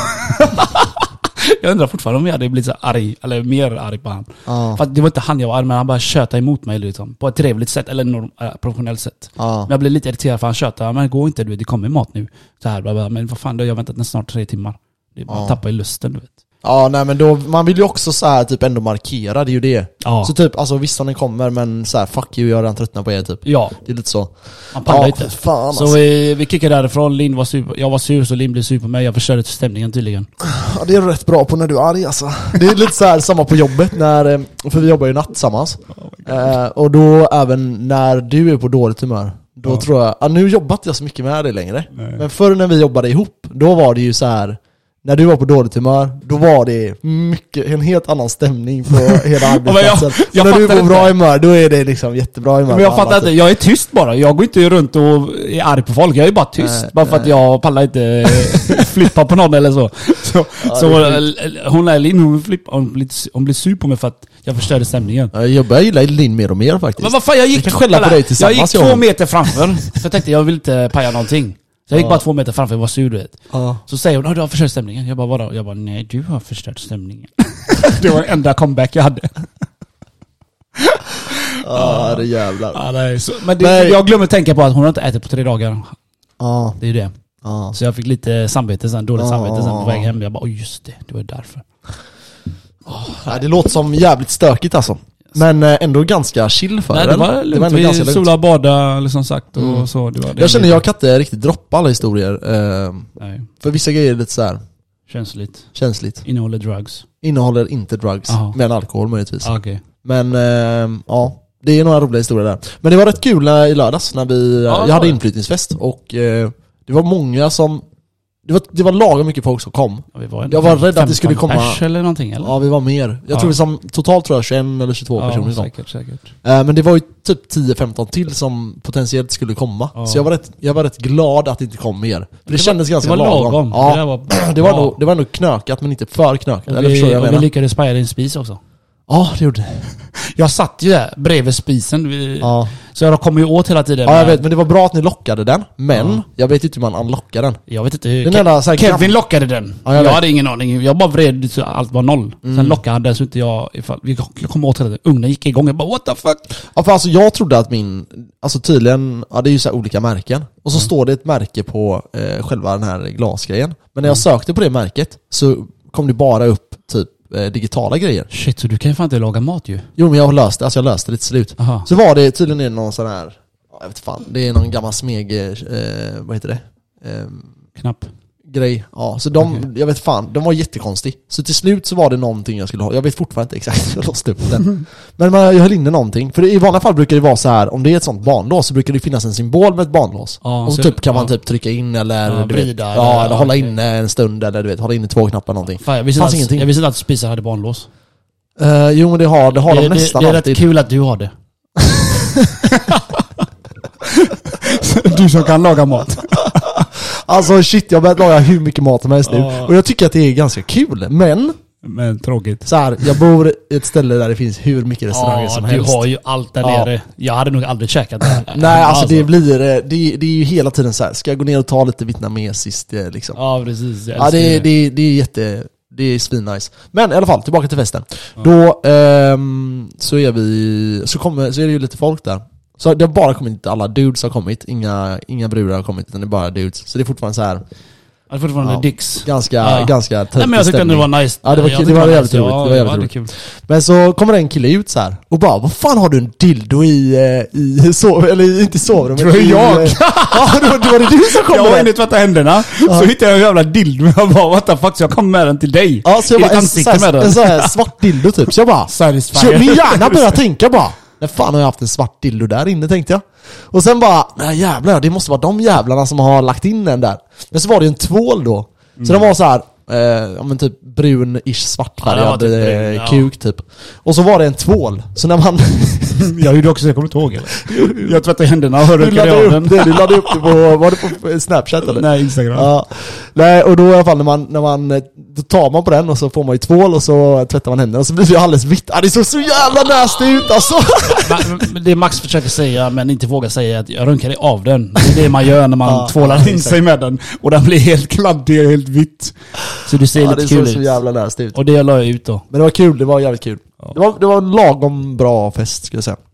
Jag undrar fortfarande om jag hade blivit så arg, eller mer arg på han. För att det var inte han jag var arg, men han bara tjötade emot mig liksom, på ett trevligt sätt, eller professionellt sätt. Men jag blev lite irriterad för han tjötade, men gå inte, du vet, det kommer mat nu. Så här, bara, men vad fan, då har jag väntat snart 3 timmar. Det bara tappar i lusten, du vet. Ja, nej men då, man vill ju också så här typ ändå markera, det är ju det. Så typ, alltså visst om den kommer, men så här, fuck you, jag har redan tröttnat på er typ. Ja. Det är lite så. Man pallar inte. Fan, alltså. Så vi kickade därifrån, Linn var sur, jag var sur, så Linn blev sur på mig, jag förstörde stämningen tydligen. Ja, det är rätt bra på när du är arg alltså. Det är lite så här samma på jobbet, för vi jobbar ju natt tillsammans. Och då även när du är på dåligt humör, då tror jag, nu jobbar inte jag så mycket med det längre. Men förr när vi jobbade ihop, då var det ju så här. När du var på dåligt humör, då var det en helt annan stämning på hela arbetsplatsen. jag när du var på bra humör, då är det liksom jättebra humör. Men jag fattar inte, jag är tyst bara. Jag går inte runt och är arg på folk. Jag är bara tyst, bara för att jag pallar inte flippa på någon eller så. Hon är Linn, hon blir sur på mig för att jag förstörde stämningen. Jag börjar gilla Linn mer och mer faktiskt. Men vad fan, jag gick 2 meter framför. Så jag tänkte, jag vill inte paja någonting. Så jag gick bara 2 meter framför, jag var sur, du vet. Så säger hon, du har förstört stämningen. Jag bara, vadå? Jag bara, nej, du har förstört stämningen. Det var den enda comeback jag hade. Det jävlar. Nej, så, men jag glömmer tänka på att hon har inte ätit på 3 dagar. Det är ju det. Så jag fick lite samvete sen, dåligt samvete sen på väg hem. Jag bara, just det var därför. Det låter som jävligt stökigt alltså. Men ändå ganska chill för den. Det var lugnt. Vi sola, bada, liksom sagt. Och så. Jag känner jag kan inte riktigt droppa alla historier. För vissa grejer är lite så här känsligt. Innehåller inte drugs. Men alkohol möjligtvis. Okay. Men det är några roliga historier där. Men det var rätt kul i lördags när jag hade inflyttningsfest. Och det var många som... Det var lagom mycket folk som kom. Jag var rädd att det skulle komma... eller någonting, eller? Ja, vi var mer. Jag tror totalt tror jag 21 eller 22 personer. Säkert. Men det var ju typ 10-15 till som potentiellt skulle komma. Så jag var rätt glad att det inte kom mer. För det kändes ganska lagom. Det var ändå knökat, men inte för knökat. Vi lyckades paja din spis också. Ja, det gjorde det. Jag satt ju där bredvid spisen. Så jag kom ju åt hela tiden. Ja, jag vet, men det var bra att ni lockade den. Men jag vet inte hur man unlockar den. Jag vet inte hur. Kevin lockade den. Jag hade ingen aning. Jag bara vred så allt var 0. Sen lockade han den så inte jag kom åt hela tiden. Ugnen gick igång. Jag bara, what the fuck? Ja, för alltså jag trodde att tydligen, det är ju så här olika märken. Och så står det ett märke på själva den här glasgrejen. Men när jag sökte på det märket så kom det bara upp typ digitala grejer. Shit, så du kan ju fan inte laga mat ju. Jo, men jag löste det till slut. Så var det tydligen någon sån här, jag vet fan, det är någon gammal vad heter det? Knapp. Grej. Ja, så jag vet fan, de var jättekonstig. Så till slut så var det någonting jag skulle ha. Jag vet fortfarande inte exakt hur jag låste upp den. Men jag höll inne någonting. För i vanliga fall brukar det vara så här, om det är ett sånt barnlås så brukar det finnas en symbol med ett barnlås. Och så typ kan man typ trycka in eller vrida, eller hålla inne en stund eller du vet, hålla inne 2 knappar någonting. Fan, jag visste att spisar hade barnlås. Jo, men det har de nästan alltid. Det är rätt kul att du har det. Du som kan laga mat. Alltså shit, jag har börjat laga hur mycket mat som helst nu. Och jag tycker att det är ganska kul. Men tråkigt. Så här, jag bor i ett ställe där det finns hur mycket restauranger som helst. Du har ju allt där nere. Jag hade nog aldrig käkat det. Nej, alltså det är ju hela tiden så här. Ska jag gå ner och ta lite vietnamesiskt liksom? Ja, precis. Ja, det är Det är svinnice. Men i alla fall, tillbaka till festen. Då så är det ju lite folk där. Så det har bara kommit, alla dudes har kommit. Inga brudar har kommit, utan det är bara dudes. Så det är fortfarande så här. Det är fortfarande dicks. Ganska nej, men jag tyckte ändå det var nice. Ja, det var jävligt roligt. Det var jävligt roligt. Kul. Men så kommer en kille ut så här och bara, vad fan har du en dildo i eller inte sovrummet? Tror jag? Ja, det var det du som kom jag var med. inne i tvätta händerna, så hittade jag en jävla dildo. Jag bara, what the fuck, så jag kom med den till dig. Ja, så jag bara, en så här svart dildo typ. Så jag bara, så min hjärna började tänka bara, när fan har jag haft en svart dildo där inne, tänkte jag. Och sen bara, nej jävlar, det måste vara de jävlarna som har lagt in den där. Men så var det ju en tvål då. Så den var så här, men typ brun-ish svartfärgad kuk typ. Och så var det en tvål. Så när man jag gjorde också, jag kommer inte ihåg eller? Jag tvättade händerna och rökade av den. Du laddade upp det på, var det på Snapchat eller? Nej, Instagram. Ja. Nej, och då i alla fall när man då tar man på den och så får man ju tvål och så tvättar man händerna och så blir det alldeles vitt. Det såg så jävla nasty ut alltså. Det Max försöker säga men inte vågar säga att jag runkade av den. Det är det man gör när man tvålar in sig med den. Och den blir helt kladdig och helt vitt. Så du ser lite kul ut. Det såg så jävla nasty ut. Och det la jag ut då. Men det var kul, det var jävligt kul. Ja. Det var en lagom bra fest, skulle jag säga.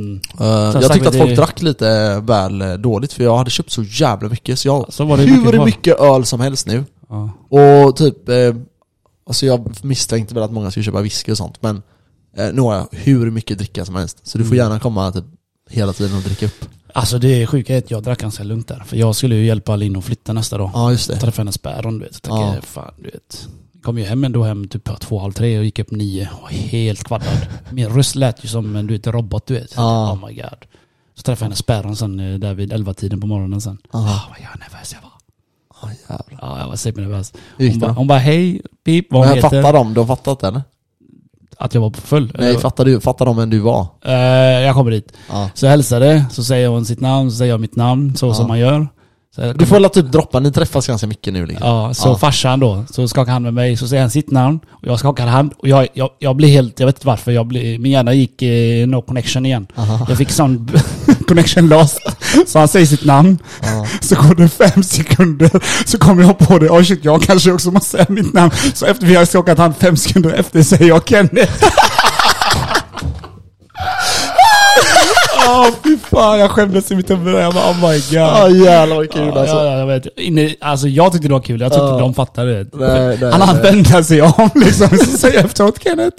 Jag tyckte att folk drack lite väl dåligt, för jag hade köpt så jävla mycket. Så jag hur mycket öl som helst nu. Och typ alltså jag misstänkte väl att många skulle köpa whisky och sånt, men nu har jag hur mycket dricka som helst. Så du får gärna komma typ hela tiden och dricka upp. Alltså det är sjukt att jag drack ganska lugnt där. För jag skulle ju hjälpa Linn att flytta nästa dag. Ja, just det. Träffa hennes päron, du vet. Jag tänkte, fan, du vet. Kom ju hem typ 2:30 och gick upp 9 och helt kvaddad. Min röst lät ju som en robot, du vet. Oh my god. Så träffade jag hennes päron sen där vid 11-tiden på morgonen sen. Vad nervös jag var. Jävlar. Ja, jag var säkert nervös. Hon bara hej, pip, vad heter. Fattar de har fattat den? Att jag var full? Nej, fattar de vem du var? Jag kommer dit. Så hälsade, så säger hon sitt namn, så säger jag mitt namn, så som man gör. Du får väl typ droppa, ni träffas ganska mycket nu liksom. Ja, så farsan då, så skakar han med mig, så säger han sitt namn och jag skakar hand och jag blir helt, jag vet inte varför, min hjärna gick no connection igen. Jag fick sån connection lost. Så han säger sitt namn, så går det 5 sekunder, så kommer jag på det, shit, jag kanske också måste säga mitt namn. Så efter vi har skakat hand 5 sekunder efter säger jag Kenneth. Fy fan, jag skämdes i mitt huvud. Jag bara, oh my god. Jävlar vad kul alltså. Ja, jag vet. Alltså jag tyckte det var kul. Jag tyckte de fattade det. Nej, han vände sig om liksom. Så säger jag efteråt, Kenneth.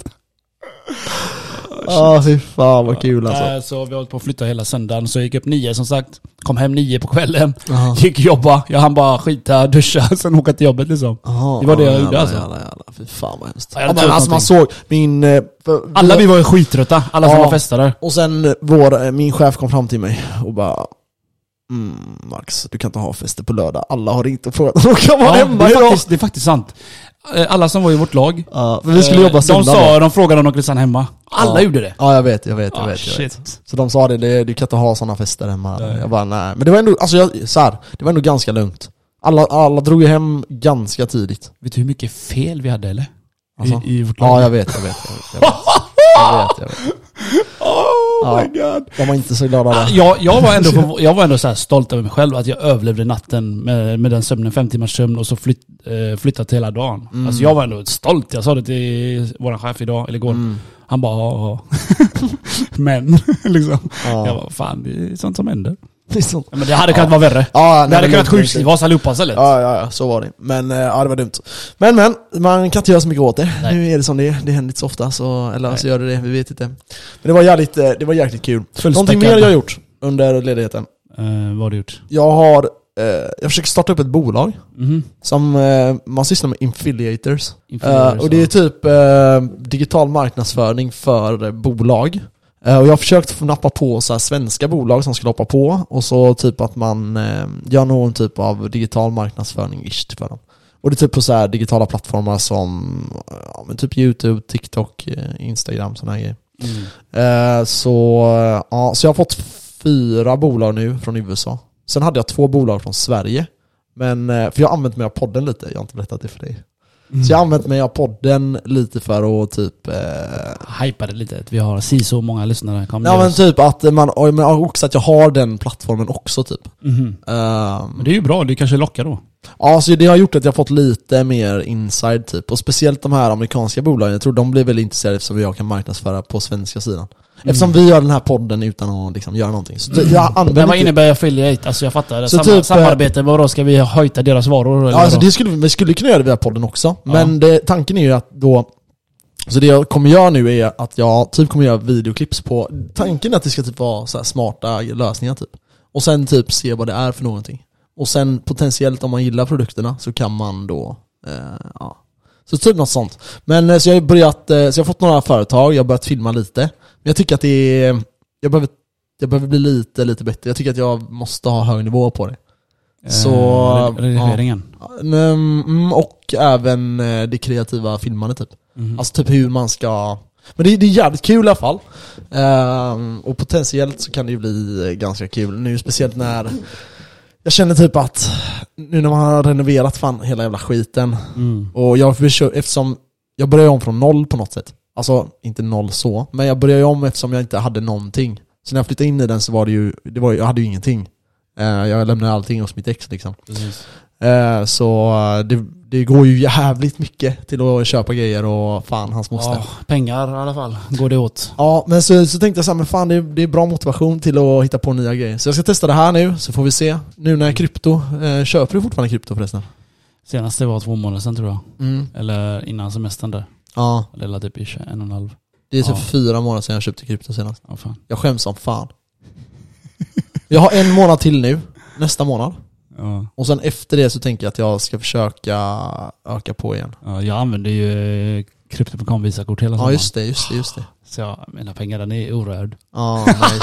Fy fan vad kul alltså. Så vi har hållit på att flytta hela söndagen. Så jag gick upp 9 som sagt. Kom hem 9 på kvällen. Gick jobba. Jag hann bara skita, duscha. Sen åka till jobbet liksom. Det var det jag gjorde alltså. Jävla. Fy fan vad hemskt. Men alltså man såg min... alla vi var ju skittrötta. Alla som var festare. Och sen min chef kom fram till mig och bara... Max, du kan inte ha fester på lördag. Alla har ringt och frågat om de kan vara hemma idag. Det är faktiskt sant. Alla som var i vårt lag, för vi skulle jobba söndag. De frågade om de kunde stanna hemma. Alla gjorde det. Ja, jag vet. Så de sa det, du kan inte ha sådana fester hemma. Jag bara, nej. Men det var ändå, alltså det var ändå ganska lugnt. Alla drog ju hem ganska tidigt. Vet du hur mycket fel vi hade eller? Alltså? I vårt lag? Ja, jag vet. Jag vet. Oh my god. De var inte så glada där. Jag var ändå så här stolt över mig själv att jag överlevde natten med den sömnen, 5 timmars sömn, och så flyttat hela dagen. Alltså jag var ändå stolt. Jag sa det till våran chef idag, eller igår. Han bara, men liksom. Jag bara, fan, det är sånt som händer. Men det hade kunnat vara värre. Det hade kunnat sjukskriva oss allihopa så lätt. Ja, så var det. Men det var dumt. Men man kan inte göra så mycket åt det. Nej. Nu är det som det är. Det händer inte så ofta, så gör det, vi vet inte. Men det var jäkligt kul. Någonting mer jag har gjort under ledigheten. Vad har du gjort? Jag försöker starta upp ett bolag som man sysslar med affiliators. Och det är typ digital marknadsföring för bolag. Och jag har försökt nappa på så här svenska bolag som ska hoppa på. Och så typ att man gör någon typ av digital marknadsföring-ish för dem. Och det är typ på så här digitala plattformar som typ YouTube, TikTok, Instagram, sådana här grejer. Så jag har fått 4 bolag nu från USA. Sen hade jag 2 bolag från Sverige. Men, för jag har använt mig av podden lite. Jag har inte berättat det för dig. Så jag har använt mig av podden lite för att typ... hypa det lite. Vi har så många lyssnare. Men typ att men också att jag har den plattformen också typ. Men det är ju bra, det kanske lockar då. Ja, så det har gjort att jag har fått lite mer inside typ. Och speciellt de här amerikanska bolagen, jag tror de blir väldigt intresserade eftersom jag kan marknadsföra på svenska sidan. Eftersom vi gör den här podden utan att liksom göra någonting. Så jag använder. Men vad innebär affiliate? Alltså jag fattar. Så typ, samarbete, vadå ska vi höjta deras varor? Eller ja, alltså vi skulle kunna göra det via podden också. Men tanken är ju att då. Så det jag kommer göra nu är att jag typ kommer göra videoklips på. Tanken är att det ska typ vara så här smarta lösningar typ. Och sen typ se vad det är för någonting. Och sen potentiellt om man gillar produkterna så kan man då så typ något sånt. Men så jag har börjat, så jag har fått några företag, jag har börjat filma lite. Men jag tycker att det är, jag behöver bli lite bättre. Jag tycker att jag måste ha hög nivå på det. Så redigeringen. Och även det kreativa filmandet typ. Alltså typ hur man ska. Men det är jävligt kul i alla fall. Och potentiellt så kan det ju bli ganska kul nu, speciellt när jag känner typ att nu när man har renoverat fan hela jävla skiten och eftersom jag börjar om från noll på något sätt. Alltså inte noll så, men jag börjar om eftersom jag inte hade någonting. Så när jag flyttade in i den så var jag hade ju ingenting. Jag lämnade allting hos mitt ex liksom. Så det går ju jävligt mycket till att köpa grejer och fan hans moster. Ja, pengar i alla fall går det åt. Ja, men så tänkte jag så här, men fan det är bra motivation till att hitta på nya grejer. Så jag ska testa det här nu, så får vi se. Nu när krypto, köper du fortfarande krypto förresten? Senast det var 2 månader sedan tror jag. Eller innan semestern där. Ja. Eller typ 1,5. Det är typ 4 månader sedan jag köpte krypto senast. Ja, fan. Jag skäms som fan. Jag har 1 månad till nu, nästa månad. Ja. Och sen efter det så tänker jag att jag ska försöka öka på igen. Ja, jag använder ju Crypto.com Visa-kort hela sommaren. Ja, just det. Så mina pengar den är orörd. Ja,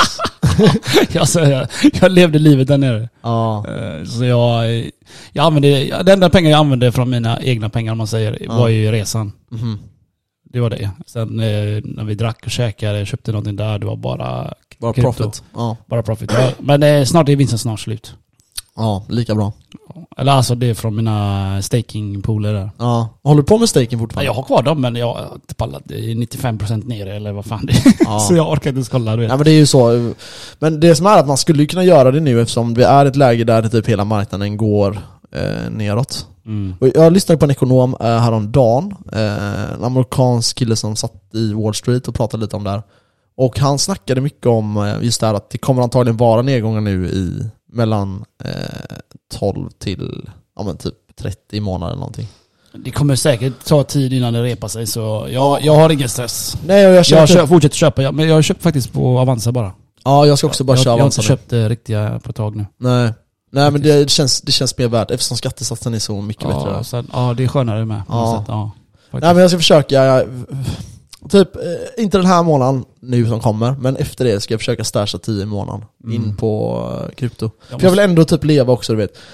nice. jag levde livet där nere. Ja. Så jag använde, den enda pengar jag använde från mina egna pengar om man säger var ju resan. Det var det. Sen när vi drack och käkade, köpte någonting där, det var bara profit. Ja. Bara profit. Ja. Men snart är vinsten snart slut. Ja, lika bra. Eller alltså det är från mina stakingpooler där. Ja. Håller du på med staking fortfarande? Ja, jag har kvar dem, men jag har inte pallat. Det är 95% nere eller vad fan det är. Ja. Så jag orkar inte ens kolla, du vet. Ja, men det är ju så. Men det som är att man skulle kunna göra det nu eftersom vi är ett läge där typ hela marknaden går neråt. Och jag lyssnade på en ekonom häromdagen. En amerikansk kille som satt i Wall Street och pratade lite om det här. Och han snackade mycket om just det här att det kommer antagligen vara nedgångar nu i mellan 12 till typ 30 månader eller någonting. Det kommer säkert ta tid innan det repar sig, så jag har ingen stress. Nej, jag fortsätter köpa, men jag har köpt faktiskt på Avanza bara. Ja, jag ska också bara köra Avanza. Jag har inte köpt riktiga på ett tag nu. Nej, men det känns mer värt eftersom skattesatsen är så mycket bättre. Så, det är skönare med. Ja. Nej, men jag ska försöka typ inte den här månaden nu som kommer, men efter det ska jag försöka stasha 10 i månaden in på krypto. För jag vill ändå typ leva också, du vet.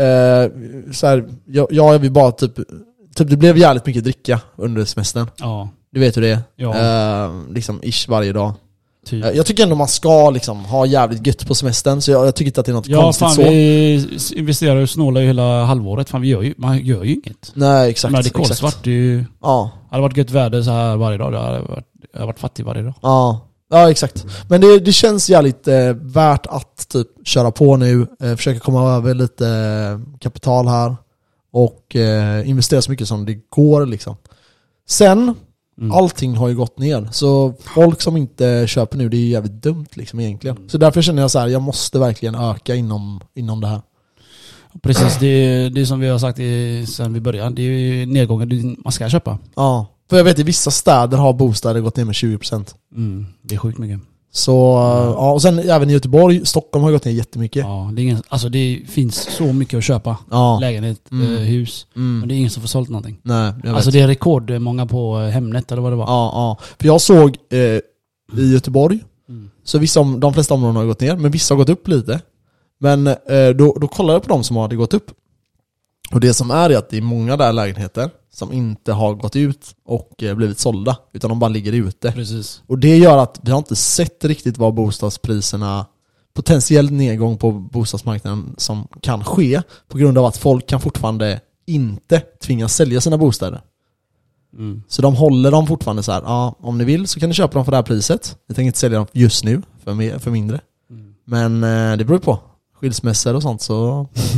Så här, jag vill bara typ det blev jävligt mycket dricka under semestern. Ja. Du vet hur det är. Ja. Liksom ish varje dag. Typ. Jag tycker ändå man ska liksom ha jävligt gött på semestern, så jag tycker inte att det är något konstigt så. Ja, fan, vi investerar och snålar ju hela halvåret. Fan, man gör ju inget. Nej, exakt. Men det är kolsvart. Det hade varit gött väder så här varje dag. Jag hade varit fattig varje dag. Ja, exakt. Men det känns jävligt värt att typ köra på nu. Försöka komma över lite kapital här. Och investera så mycket som det går liksom. Sen allting har ju gått ner. Så folk som inte köper nu, det är ju jävligt dumt liksom egentligen. Så därför känner jag så här, jag måste verkligen öka inom det här. Precis, det är som vi har sagt sen vi började. Det är ju nedgången man ska köpa. Ja, för jag vet i vissa städer har bostäder gått ner med 20%. Det är sjukt mycket. Så, ja, och sen även i Göteborg, Stockholm har gått ner jättemycket. Ja, det finns så mycket att köpa. Lägenhet, hus. Men det är ingen som får sålt någonting. Nej, jag vet. Alltså det är rekordmånga på Hemnet eller vad det var. Ja. För jag såg i Göteborg, så de flesta områden har gått ner, men vissa har gått upp lite. Men då kollade jag på de som hade gått upp. Och det som är att det är många där lägenheter som inte har gått ut och blivit sålda, utan de bara ligger ute. Precis. Och det gör att vi har inte sett riktigt vad bostadspriserna, potentiell nedgång på bostadsmarknaden som kan ske, på grund av att folk kan fortfarande inte tvingas sälja sina bostäder. Så de håller dem fortfarande så här, om ni vill så kan ni köpa dem för det här priset. Vi tänker inte sälja dem just nu för mindre. Men det beror på skilsmässor och sånt, så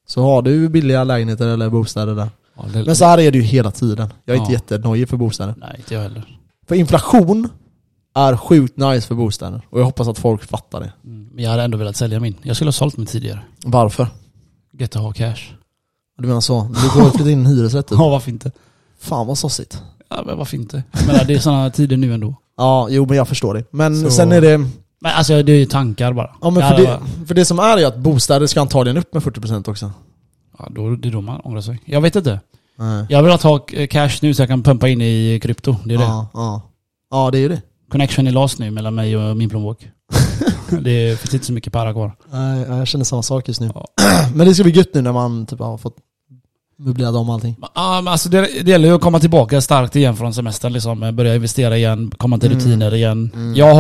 Så har du billiga lägenheter eller bostäder där. Ja, Men så här är det ju hela tiden. Jag är inte jättenöjd för bostäder. Nej, inte jag heller. För inflation är sjukt nice för bostäder. Och jag hoppas att folk fattar det. Men jag hade ändå velat sälja min. Jag skulle ha sålt min tidigare. Varför? Get to ha cash. Du menar så? Du går och flyttar in en hyresrätt typ. Ja, varför inte? Fan vad sossigt. Ja, men varför inte? Men det är sådana tider nu ändå. Ja, jo men jag förstår det. Men sen är det... Men alltså det är ju tankar bara. Ja men för det som är ju att bostäder ska antagligen upp med 40% också. Ja, det är då man ångrar sig. Jag vet inte. Nej. Jag vill ha cash nu så jag kan pumpa in i krypto. Det är det. Ja, det är ju det. Connection är lost nu mellan mig och min plånbok. Det finns inte så mycket para kvar. Nej, jag känner samma sak just nu. Ja. Men det ska bli gött nu när man typ har fått möblerat om allting. Ja, men alltså det gäller ju att komma tillbaka starkt igen från semestern liksom. Börja investera igen, komma till rutiner igen.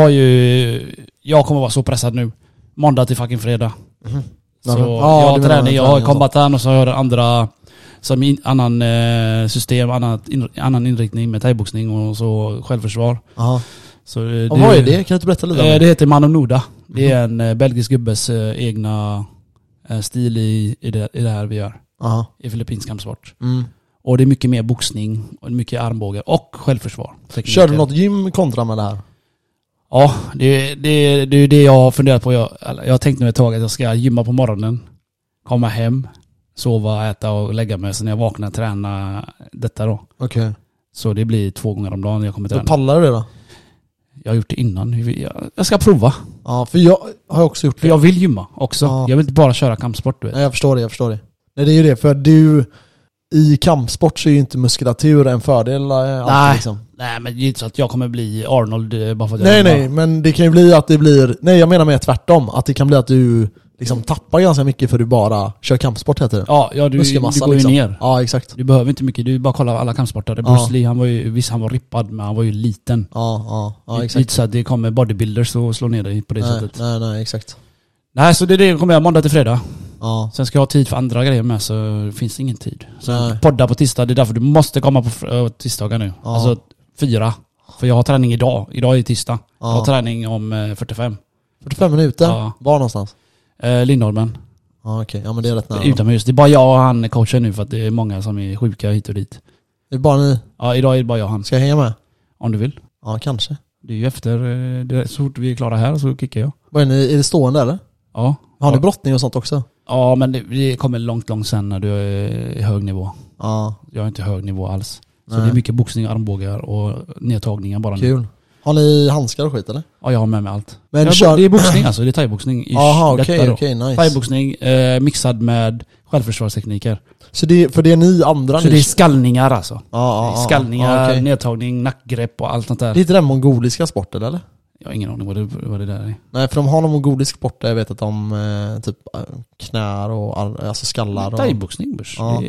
Jag kommer vara så pressad nu. Måndag till fucking fredag. Så jag har träning, jag har kombatan och så har jag andra som annan system, annan inriktning med thaiboxning och så självförsvar. Aha. Så och vad är det? Kan du inte berätta lite om det? Det heter Mano Nuda. Det är en belgisk gubbes egna stil i det här vi gör. Aha. I filippinsk kampsport. Och det är mycket mer boxning och mycket armbågar och självförsvar. Kör du något gym kontra med det här? Ja, det är det jag har funderat på. Jag har tänkt nu ett tag att jag ska gymma på morgonen, komma hem, sova, äta och lägga mig. Så när jag vaknar träna detta då. Okej. Så det blir 2 gånger om dagen jag kommer träna. Pallar du det då? Jag har gjort det innan. Jag ska prova. Ja, för jag har också gjort det. För jag vill gymma också. Ja. Jag vill inte bara köra kampsport, du vet. Nej, jag förstår det. Nej, det är ju det. För du... I kampsport så är ju inte muskulatur en fördel. Nej, liksom. Nej, men det är inte så att jag kommer bli Arnold bara för att Nej, men det kan ju bli att det blir... Nej, jag menar med tvärtom. Att det kan bli att du liksom tappar ganska mycket för du bara kör kampsport hela tiden. Ja, du går ju ner. Ja, exakt. Du behöver inte mycket. Du bara kollar alla kampsportare. Bruce Lee, han var rippad, men han var ju liten. Ja, exakt. Lite så att det kommer bodybuilders och slår ner dig på det sättet. Nej, exakt. Nej, så det är det jag kommer göra måndag till fredag. Ja. Sen ska jag ha tid för andra grejer med, så finns ingen tid. Så podda på tisdag, det är därför du måste komma på tisdagar nu. Ja. Alltså 4. För jag har träning idag. Idag är tisdag. Jag har träning om 45. 45 minuter? Ja. Var någonstans? Lindholmen. Ja, okej. Ja, men det är rätt nära. Utomhus. Det är bara jag och han coachar nu för att det är många som är sjuka hit och dit. Det är bara ni? Ja, idag är det bara jag och han. Ska jag hänga med? Om du vill. Ja, kanske. Det är ju efter, så fort vi är klara här så kickar jag. Är det stående eller? Ja. Har ni brottning och sånt också? Ja, men det kommer långt sen när du är i hög nivå. Ja. Jag är inte hög nivå alls. Så det är mycket boxning, armbågar och nedtagningar bara. Kul. Har ni handskar och skit eller? Ja, jag har med mig allt. Men det är boxning alltså, det är thaiboxning. Jaha, okej, nice. Thaiboxning mixad med självförsvarstekniker. Så det är ni andra? Så det är skallningar alltså. Skallningar, nedtagning, nackgrepp och allt sånt där. Det är inte den mongoliska sporten eller? Jag har ingen aning vad det där är. Nej, för de har någon mongolisk sport där jag vet att de typ knär och alltså skallar. Thaiboxning börs. Ja.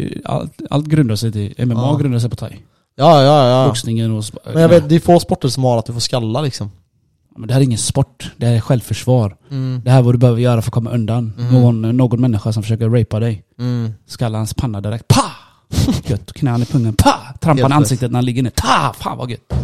Allt grundar sig till MMA grundar sig på thai. Ja. Boxningen och... Men jag vet, det är få sporter som har att du får skalla liksom. Men det här är ingen sport. Det här är självförsvar. Det här är vad du behöver göra för att komma undan. Någon människa som försöker rapa dig. Skalla hans panna direkt. Pa! Gött. Knän i pungen. Pa! Trampa han i ansiktet när han ligger ner. Ta! Fan vad gött.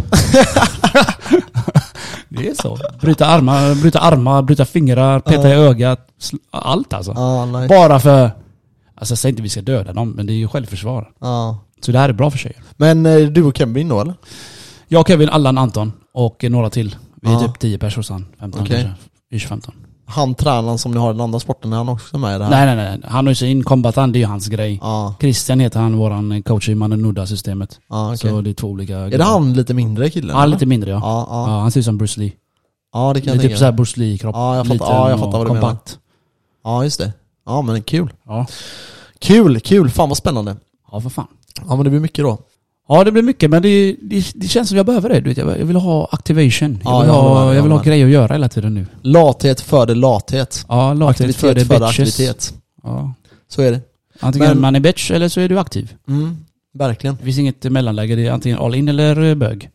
Det är så. Bryta armar, bryta fingrar, peta i ögat. Allt alltså. Nice. Bara för... Alltså jag säger inte att vi ska döda dem, men det är ju självförsvar. Så det här är bra för tjejer. Men du och Kevin då eller? Jag, Kevin, Allan, Anton och några till. Vi är typ 10 personer, 15 kanske. 15. Han tränaren som ni har i den andra sporten, är han också med i det här? Nej. Han har ju sin combatant, det är ju hans grej. Christian heter han, våran coach i Mano Nuda-systemet. Okay. Så det är 2 olika grejer. Är det han lite mindre killen? Ja, lite mindre, ja. Han ser ut som Bruce Lee. Ja, det kan jag tänka. Det är typ såhär Bruce Lee-kropp. Ja, jag fattar vad du menar. Ja, just det. Ja, men kul. Ja. Kul. Fan vad spännande. Ja, för fan. Ja, men det blir mycket då. Ja, det blir mycket, men det känns som jag behöver det. Du vet, jag vill ha activation. Jag vill ha grejer att göra hela tiden nu. Lathet föder lathet. Ja, lathet föder aktivitet. Ja. Så är det. Antingen man är bitch eller så är du aktiv. Verkligen. Det finns inget mellanläge. Det är antingen all in eller bög.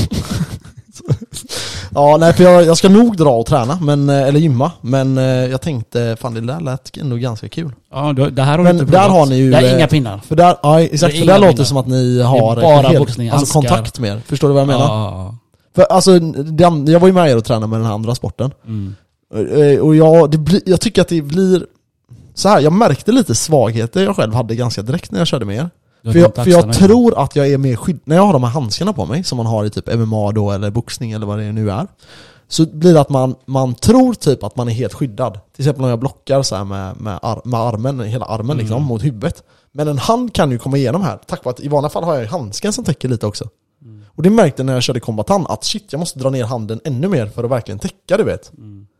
Ja, nej, för jag ska nog dra och träna, eller gymma. Men jag tänkte, fan det där lät ändå ganska kul. Ja, det här har men där har ni ju... Det är inga pinnar. För där, ja, exakt. För där låter det som att ni har bara boxning, alltså kontakt med er. Förstår du vad jag menar? Ja. För alltså, jag var ju med er och tränade med den här andra sporten. Och jag tycker att det blir... så här, jag märkte lite svagheter jag själv hade ganska direkt när jag körde med er. För jag tror att jag är mer skydd när jag har de här handskarna på mig som man har i typ MMA då eller boxning eller vad det nu är. Så blir det att man tror typ att man är helt skyddad. Till exempel om jag blockar så här med armen, hela armen liksom, mot huvudet. Men en hand kan ju komma igenom här. Tack vare att i vanliga fall har jag handsken som täcker lite också. Och det märkte när jag körde kombatant att shit, jag måste dra ner handen ännu mer för att verkligen täcka, du vet.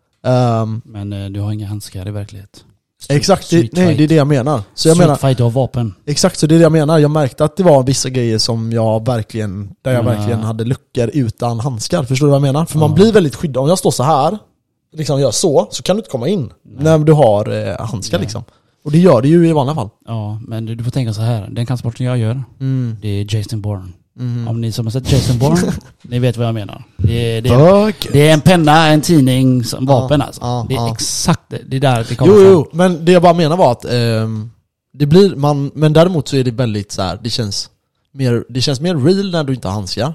Men du har inga handskar i verklighet. Exakt, det är det jag menar. Så jag menar, fight och vapen. Exakt, så det är det jag menar. Jag märkte att det var vissa grejer som jag verkligen hade luckor utan handskar. Förstår du vad jag menar? För man blir väldigt skyddad. Om jag står så här, liksom gör så kan du inte komma in när du har handskar liksom. Och det gör det ju i vanliga fall. Ja, men du får tänka så här. Den kampsporten jag gör, det är Jason Bourne. Om ni som har sett Jason Bourne, ni vet vad jag menar. Det är en penna, en tidning som vapen alltså. Det är exakt det där det kommer Jo, men det jag bara menar var att det blir men däremot så är det väldigt så här, det känns mer real när du inte har handskar.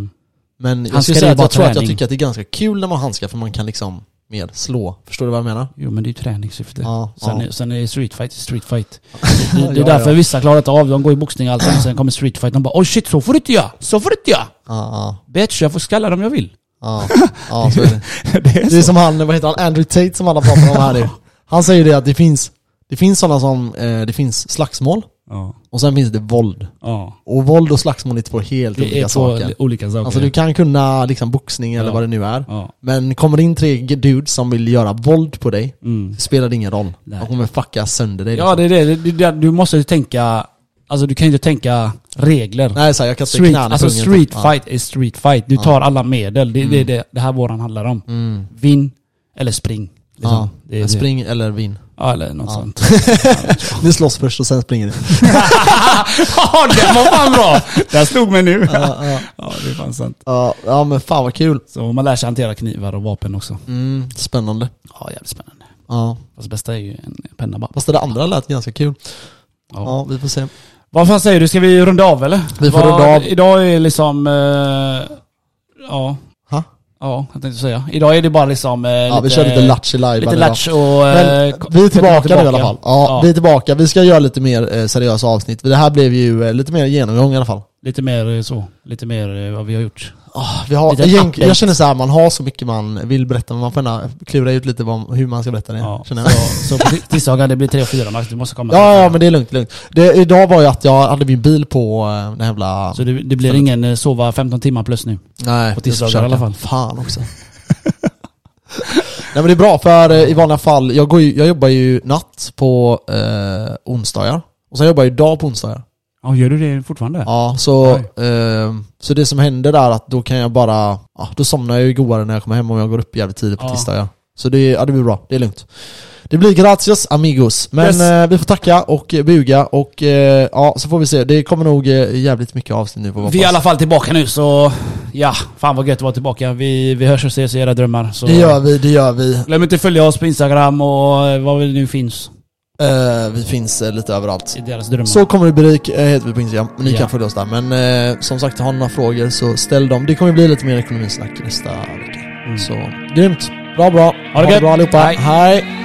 Men jag skulle säga att jag tycker att det är ganska kul när man har handskar, för man kan liksom mer slå. Förstår du vad jag menar? Jo, men det är ju träningssyfte. Sen är street fight. Det är därför vissa klarar inte av. De går i boxning och allt. Sen kommer street fight. De bara, oj shit, så får du inte göra. Bitch, jag får skalla dem jag vill. Så är det. Det är som vad heter han? Andrew Tate som alla pratar om här nu. Han säger det att det finns sådana som, det finns slagsmål. Och sen finns det våld. Och våld och slagsmål är två helt olika saker. Alltså du kan kunna liksom boxning eller vad det nu är. Men kommer det in 3 dudes som vill göra våld på dig, spelar det ingen roll. De kommer fucka sönder dig. Ja, liksom. det är det. Du måste tänka. Alltså du kan inte tänka regler. Nej, så jag kan street fight är street fight. Du tar alla medel. Det är det här våran handlar om. Vinn eller spring. Liksom. Spring eller vinn. Ja, eller något sånt. Ni slåss först och sen springer ni. Det var fan bra. Det slog mig nu. Ja, det är fan sant. Ja, men fan vad kul. Så man lär sig hantera knivar och vapen också. Spännande. Ja, jävligt spännande. Ja. Fast det bästa är ju en penna bara. Fast det andra lät ganska kul. Ja, vi får se. Vad fan säger du? Ska vi runda av eller? Vi får runda av. Idag är liksom... Ja, jag tänkte säga. Idag är det bara liksom vi kör lite latch i live. Lite latch och... vi är tillbaka nu i alla fall. Ja, vi är tillbaka. Vi ska göra lite mer seriösa avsnitt. Det här blev ju lite mer genomgång i alla fall. Lite mer så. Lite mer vad vi har gjort. Jag känner så här, man har så mycket man vill berätta, men man får gärna klura ut lite hur man ska berätta det. Så på tisdagar det blir 3 och 4 max, du måste komma. Ja, men det är lugnt. Idag var ju att jag hade min bil på den jävla... Så det blir ingen sova 15 timmar plus nu? Nej, på tisdagar i alla fall. Fan också. Nej, men det är bra, för i vanliga fall, jag jobbar ju natt på onsdagar. Och sen jobbar jag dag på onsdagar. Ja, gör du det fortfarande? Ja, så det som händer där att då kan jag bara... då somnar jag ju godare när jag kommer hem om jag går upp jävligt tidigt på tisdagar. Så det blir bra, det är lugnt. Det blir gracias amigos. Men vi får tacka och buga och så får vi se. Det kommer nog jävligt mycket avsnitt nu på. Vi är i alla fall tillbaka nu, så fan vad gött att vara tillbaka. Vi hörs och ses i era drömmar. Så det gör vi. Glöm inte följa oss på Instagram och vad vi nu finns. Vi finns lite överallt. I deras drömmar. Så kommer det Burik, heter vi på Instagram. Ni kan följa oss där. Men som sagt, har ni några frågor så ställ dem. Det kommer bli lite mer ekonomisnack nästa vecka. Så grymt. Bra. Ha det bra allihopa. Hej.